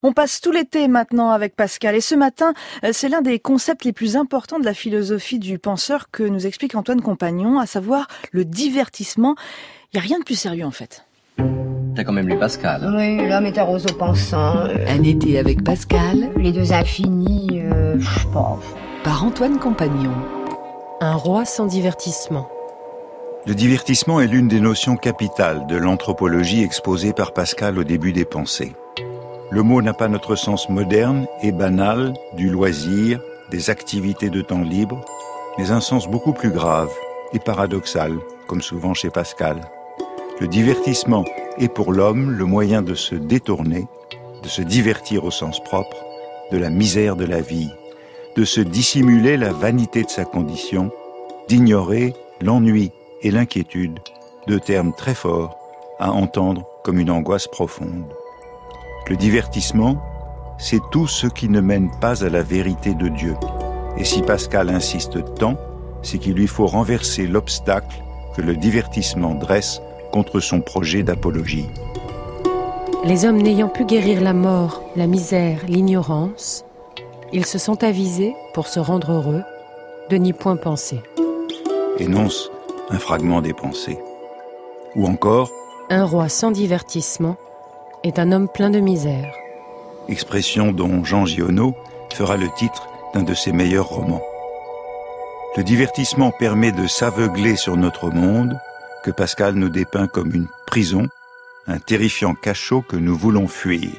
On passe tout l'été maintenant avec Pascal et ce matin, c'est l'un des concepts les plus importants de la philosophie du penseur que nous explique Antoine Compagnon, à savoir le divertissement. Il n'y a rien de plus sérieux en fait. T'as quand même lu Pascal. Oui, l'homme est un roseau pensant. Un été avec Pascal. Les deux infinis, je sais pas. Par Antoine Compagnon. Un roi sans divertissement. Le divertissement est l'une des notions capitales de l'anthropologie exposée par Pascal au début des Pensées. Le mot n'a pas notre sens moderne et banal du loisir, des activités de temps libre, mais un sens beaucoup plus grave et paradoxal, comme souvent chez Pascal. Le divertissement est pour l'homme le moyen de se détourner, de se divertir au sens propre, de la misère de la vie, de se dissimuler la vanité de sa condition, d'ignorer l'ennui et l'inquiétude, deux termes très forts à entendre comme une angoisse profonde. Le divertissement, c'est tout ce qui ne mène pas à la vérité de Dieu. Et si Pascal insiste tant, c'est qu'il lui faut renverser l'obstacle que le divertissement dresse contre son projet d'apologie. Les hommes n'ayant pu guérir la mort, la misère, l'ignorance, ils se sont avisés, pour se rendre heureux, de n'y point penser. Énonce un fragment des Pensées. Ou encore, un roi sans divertissement est un homme plein de misère. Expression dont Jean Giono fera le titre d'un de ses meilleurs romans. Le divertissement permet de s'aveugler sur notre monde, que Pascal nous dépeint comme une prison, un terrifiant cachot que nous voulons fuir.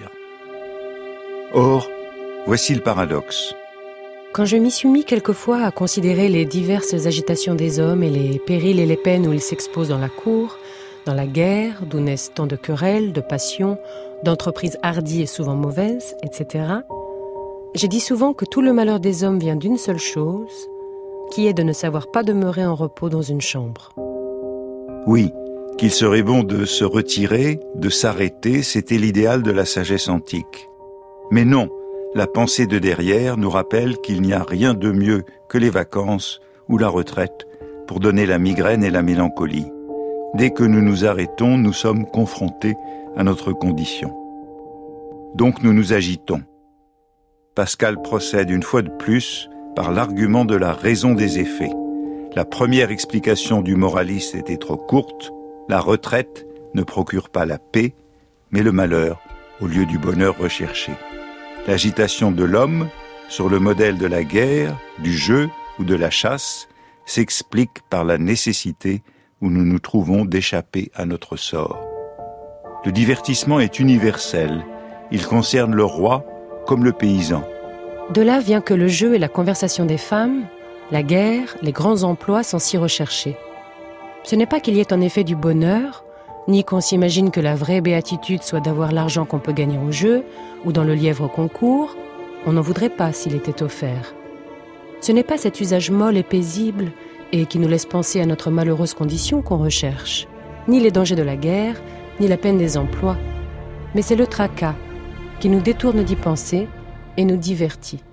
Or, voici le paradoxe. Quand je m'y suis mis quelquefois à considérer les diverses agitations des hommes et les périls et les peines où ils s'exposent dans la cour, dans la guerre, d'où naissent tant de querelles, de passions, d'entreprises hardies et souvent mauvaises, etc., j'ai dit souvent que tout le malheur des hommes vient d'une seule chose, qui est de ne savoir pas demeurer en repos dans une chambre. Oui, qu'il serait bon de se retirer, de s'arrêter, c'était l'idéal de la sagesse antique. Mais non, la pensée de derrière nous rappelle qu'il n'y a rien de mieux que les vacances ou la retraite pour donner la migraine et la mélancolie. Dès que nous nous arrêtons, nous sommes confrontés à notre condition. Donc nous nous agitons. Pascal procède une fois de plus par l'argument de la raison des effets. La première explication du moraliste était trop courte. La retraite ne procure pas la paix, mais le malheur au lieu du bonheur recherché. L'agitation de l'homme, sur le modèle de la guerre, du jeu ou de la chasse, s'explique par la nécessité où nous nous trouvons d'échapper à notre sort. Le divertissement est universel. Il concerne le roi comme le paysan. De là vient que le jeu et la conversation des femmes, la guerre, les grands emplois sont si recherchés. Ce n'est pas qu'il y ait en effet du bonheur, ni qu'on s'imagine que la vraie béatitude soit d'avoir l'argent qu'on peut gagner au jeu ou dans le lièvre concours. On n'en voudrait pas s'il était offert. Ce n'est pas cet usage molle et paisible et qui nous laisse penser à notre malheureuse condition qu'on recherche, ni les dangers de la guerre, ni la peine des emplois, mais c'est le tracas qui nous détourne d'y penser et nous divertit.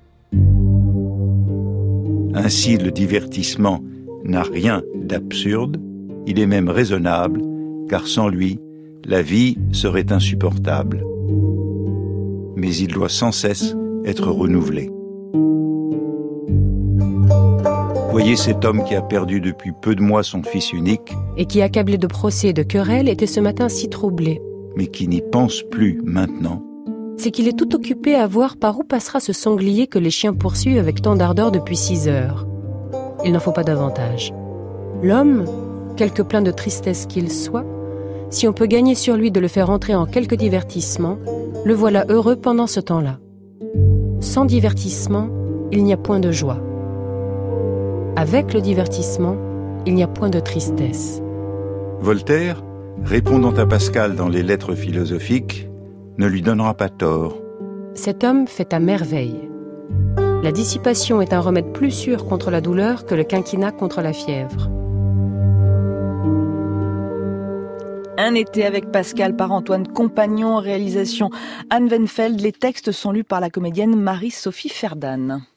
Ainsi, le divertissement n'a rien d'absurde, il est même raisonnable, car sans lui, la vie serait insupportable. Mais il doit sans cesse être renouvelé. Voyez cet homme qui a perdu depuis peu de mois son fils unique, et qui, accablé de procès et de querelles, était ce matin si troublé. Mais qui n'y pense plus maintenant. C'est qu'il est tout occupé à voir par où passera ce sanglier que les chiens poursuivent avec tant d'ardeur depuis 6 heures. Il n'en faut pas davantage. L'homme, quelque plein de tristesse qu'il soit, si on peut gagner sur lui de le faire entrer en quelque divertissement, le voilà heureux pendant ce temps-là. Sans divertissement, il n'y a point de joie. Avec le divertissement, il n'y a point de tristesse. Voltaire, répondant à Pascal dans les lettres philosophiques, ne lui donnera pas tort. Cet homme fait à merveille. La dissipation est un remède plus sûr contre la douleur que le quinquina contre la fièvre. Un été avec Pascal par Antoine Compagnon, réalisation Anne Wenfeld. Les textes sont lus par la comédienne Marie-Sophie Ferdan.